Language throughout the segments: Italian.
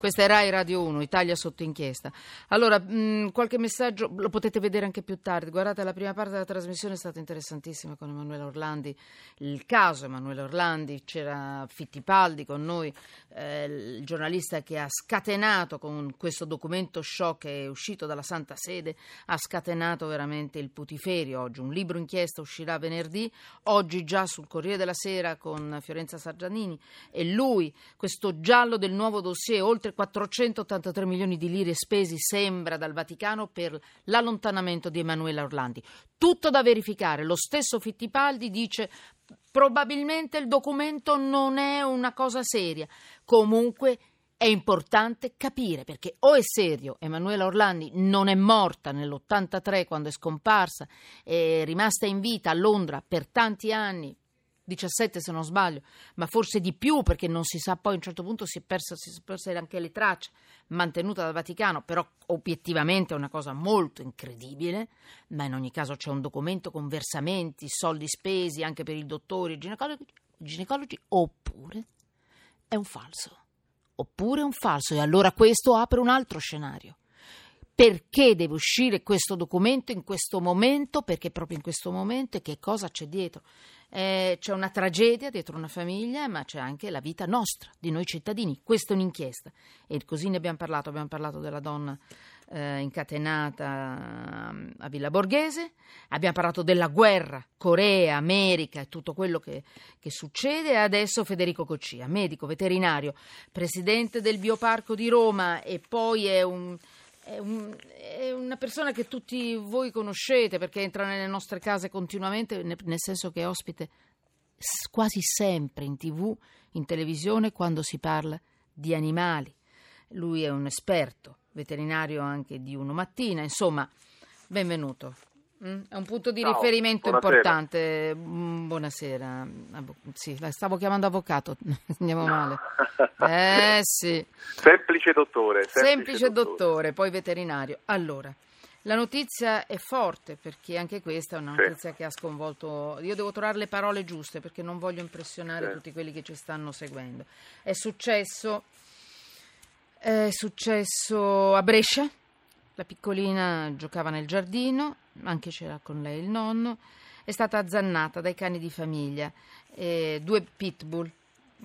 Questa è Rai Radio 1, Italia sotto inchiesta. Allora, qualche messaggio lo potete vedere anche più tardi. Guardate, la prima parte della trasmissione è stata interessantissima con Emanuele Orlandi. Il caso Emanuele Orlandi, c'era Fittipaldi con noi, il giornalista che ha scatenato con questo documento shock che è uscito dalla Santa Sede, ha scatenato veramente il putiferio oggi. Un libro inchiesta uscirà venerdì, oggi già sul Corriere della Sera con Fiorenza Sargianini, e lui, questo giallo del nuovo dossier, oltre 483 milioni di lire spesi, sembra, dal Vaticano per l'allontanamento di Emanuele Orlandi. Tutto da verificare. Lo stesso Fittipaldi dice probabilmente il documento non è una cosa seria. Comunque è importante capire, perché o è serio, Emanuela Orlandi non è morta nell'83 quando è scomparsa, è rimasta in vita a Londra per tanti anni, 17 se non sbaglio, ma forse di più, perché non si sa, poi a un certo punto si è persa anche le tracce, mantenuta dal Vaticano, però obiettivamente è una cosa molto incredibile. Ma in ogni caso c'è un documento con versamenti, soldi spesi anche per i dottori, i ginecologi, oppure è un falso, e allora questo apre un altro scenario. Perché deve uscire questo documento in questo momento? Perché proprio in questo momento? E che cosa c'è dietro? C'è una tragedia dietro una famiglia, ma c'è anche la vita nostra, di noi cittadini. Questa è un'inchiesta e così ne abbiamo parlato della donna incatenata a Villa Borghese, abbiamo parlato della guerra, Corea, America e tutto quello che succede. E adesso Federico Coccia, medico veterinario, presidente del Bioparco di Roma, e poi è una persona che tutti voi conoscete perché entra nelle nostre case continuamente, nel senso che è ospite quasi sempre in TV, in televisione, quando si parla di animali. Lui è un esperto veterinario anche di Uno Mattina, insomma, benvenuto. È un punto di riferimento importante. Buonasera. Sì, la stavo chiamando avvocato, andiamo male. Sì. Semplice dottore, poi veterinario. Allora, la notizia è forte, perché anche questa è una notizia che ha sconvolto. Io devo trovare le parole giuste perché non voglio impressionare tutti quelli che ci stanno seguendo. È successo a Brescia. La piccolina giocava nel giardino, anche c'era con lei il nonno, è stata azzannata dai cani di famiglia, 2 pitbull,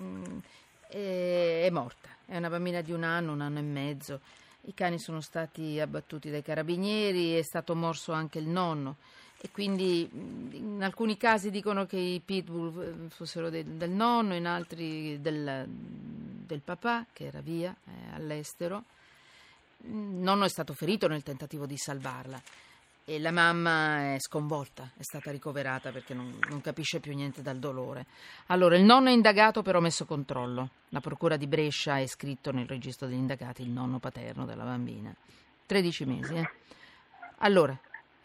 è morta. È una bambina di un anno e mezzo. I cani sono stati abbattuti dai carabinieri, è stato morso anche il nonno, e quindi in alcuni casi dicono che i pitbull fossero del nonno, in altri del papà, che era via all'estero. Il nonno è stato ferito nel tentativo di salvarla e la mamma è sconvolta, è stata ricoverata perché non capisce più niente dal dolore. Allora, il nonno è indagato per omesso controllo. La procura di Brescia ha iscritto nel registro degli indagati il nonno paterno della bambina. 13 mesi. Allora,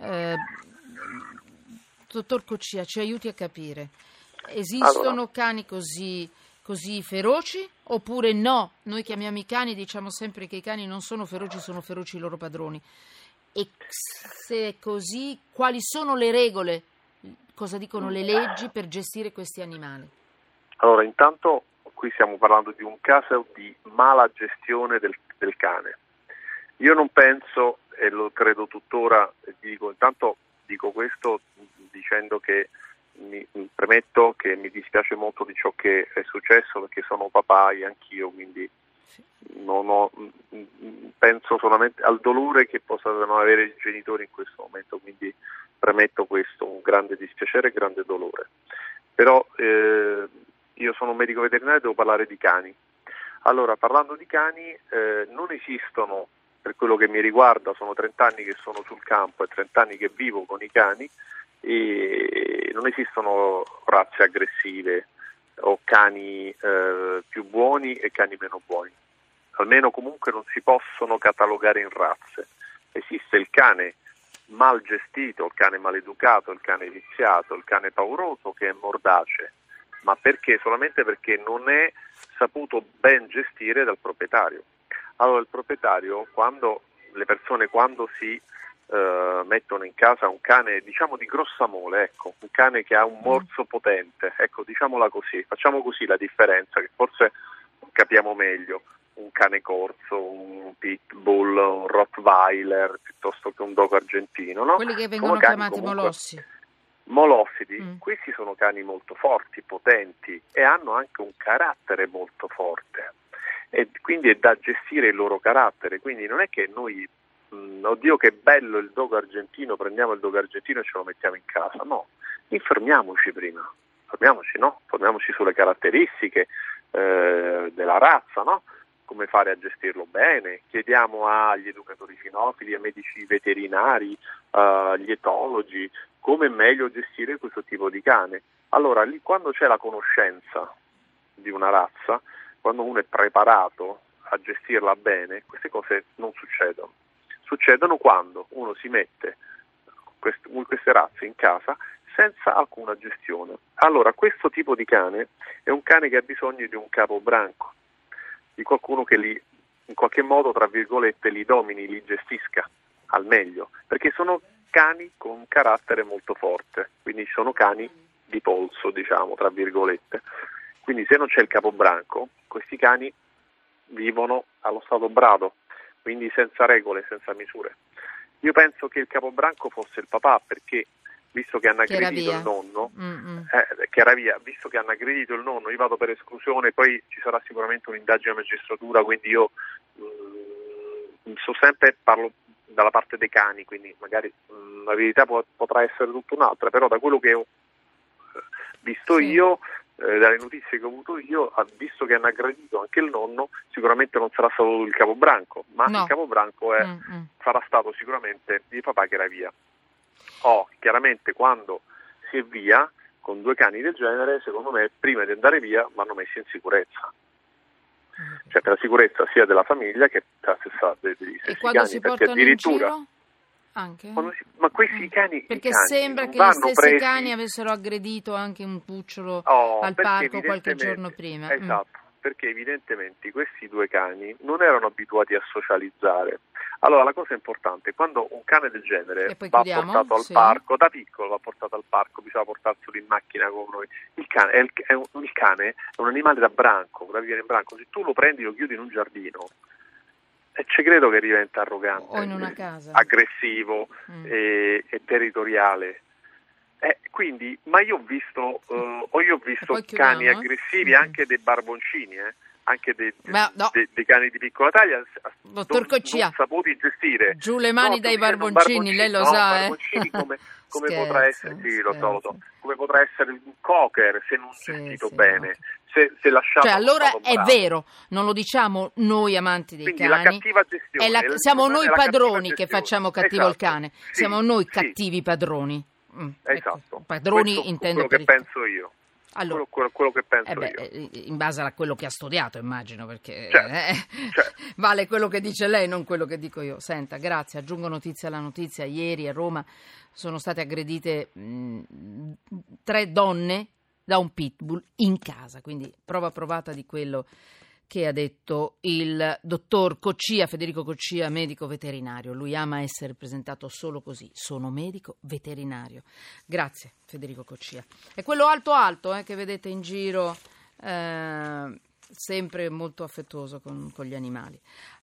dottor Coccia, ci aiuti a capire. Esistono cani così feroci oppure no? Noi chiamiamo i cani, diciamo sempre che i cani non sono feroci i loro padroni. E se è così, quali sono le regole? Cosa dicono le leggi per gestire questi animali? Allora, intanto qui stiamo parlando di un caso di mala gestione del cane. Io non penso, e lo credo tuttora, dico questo dicendo che premetto che mi dispiace molto di ciò che è successo, perché sono papà anch'io, quindi penso solamente al dolore che possano avere i genitori in questo momento, quindi premetto questo, un grande dispiacere e grande dolore. Però io sono un medico veterinario e devo parlare di cani. Allora, parlando di cani, non esistono, per quello che mi riguarda, sono 30 anni che sono sul campo e 30 anni che vivo con i cani, e non esistono razze aggressive o cani più buoni e cani meno buoni. Almeno comunque non si possono catalogare in razze. Esiste il cane mal gestito, il cane maleducato, il cane viziato, il cane pauroso che è mordace, ma perché? Solamente perché non è saputo ben gestire dal proprietario. Allora il proprietario, quando si mettono in casa un cane, diciamo, di grossa mole, un cane che ha un morso potente, diciamola così, facciamo così la differenza, che forse capiamo meglio. un cane corso, un pitbull, un rottweiler, piuttosto che un dogo argentino, no? Quelli che vengono chiamati molossi. Molossidi, questi sono cani molto forti, potenti e hanno anche un carattere molto forte e quindi è da gestire il loro carattere, quindi non è che noi, oddio che bello il dogo argentino, prendiamo il dogo argentino e ce lo mettiamo in casa, no, informiamoci prima, informiamoci sulle caratteristiche della razza, no? Come fare a gestirlo bene, chiediamo agli educatori cinofili, ai medici veterinari, agli etologi, come è meglio gestire questo tipo di cane. Allora, lì quando c'è la conoscenza di una razza, quando uno è preparato a gestirla bene, queste cose non succedono. Succedono quando uno si mette queste razze in casa senza alcuna gestione. Allora, questo tipo di cane è un cane che ha bisogno di un capobranco, di qualcuno che li, in qualche modo, tra virgolette, li domini, li gestisca al meglio, perché sono cani con un carattere molto forte, quindi sono cani di polso, diciamo, tra virgolette. Quindi se non c'è il capobranco, questi cani vivono allo stato brado, quindi senza regole, senza misure. Io penso che il capobranco fosse il papà, perché visto che hanno aggredito il nonno, che era via, visto che hanno aggredito il nonno, io vado per esclusione, poi ci sarà sicuramente un'indagine a magistratura, quindi io parlo dalla parte dei cani, quindi magari la verità potrà essere tutta un'altra, però da quello che ho visto io, dalle notizie che ho avuto io, visto che hanno aggredito anche il nonno, sicuramente non sarà stato il capobranco, ma il capobranco sarà stato sicuramente il papà che era via. Chiaramente quando si è via con due cani del genere, secondo me prima di andare via vanno messi in sicurezza, cioè per la sicurezza sia della famiglia che per la stessa degli stessi cani, perché addirittura anche? Ma questi cani, perché i cani sembra che vanno gli stessi presi... cani avessero aggredito anche un cucciolo al parco qualche giorno prima. Esatto, perché evidentemente questi due cani non erano abituati a socializzare. Allora la cosa importante, quando un cane del genere va portato al parco, da piccolo va portato al parco, bisogna portarselo in macchina con noi. Il cane è un animale da branco, da vivere in branco. Se tu lo prendi e lo chiudi in un giardino, ci credo che diventa arrogante, o in una casa, aggressivo e territoriale. Quindi, ma io ho visto cani aggressivi anche dei barboncini, anche dei cani di piccola taglia, dottor Coccia, non saputi gestire. Giù le mani dai barboncini, lei lo sa, barboncini come potrà essere, lo so, come potrà essere un cocker se non gestito bene. Se lasciato, cioè allora è vero, non lo diciamo noi amanti dei quindi cani, la cattiva gestione, siamo noi padroni che facciamo cattivo il cane, siamo noi cattivi padroni. Esatto. Padroni questo intendo quello che penso io. Allora, quello che penso io. In base a quello che ha studiato, immagino, perché certo. Vale quello che dice lei, non quello che dico io. Senta, grazie, aggiungo notizia alla notizia. Ieri a Roma sono state aggredite 3 donne da un pitbull in casa, quindi prova provata di quello che ha detto il dottor Coccia, Federico Coccia, medico veterinario. Lui ama essere presentato solo così, sono medico veterinario. Grazie Federico Coccia. E quello alto che vedete in giro, sempre molto affettuoso con gli animali.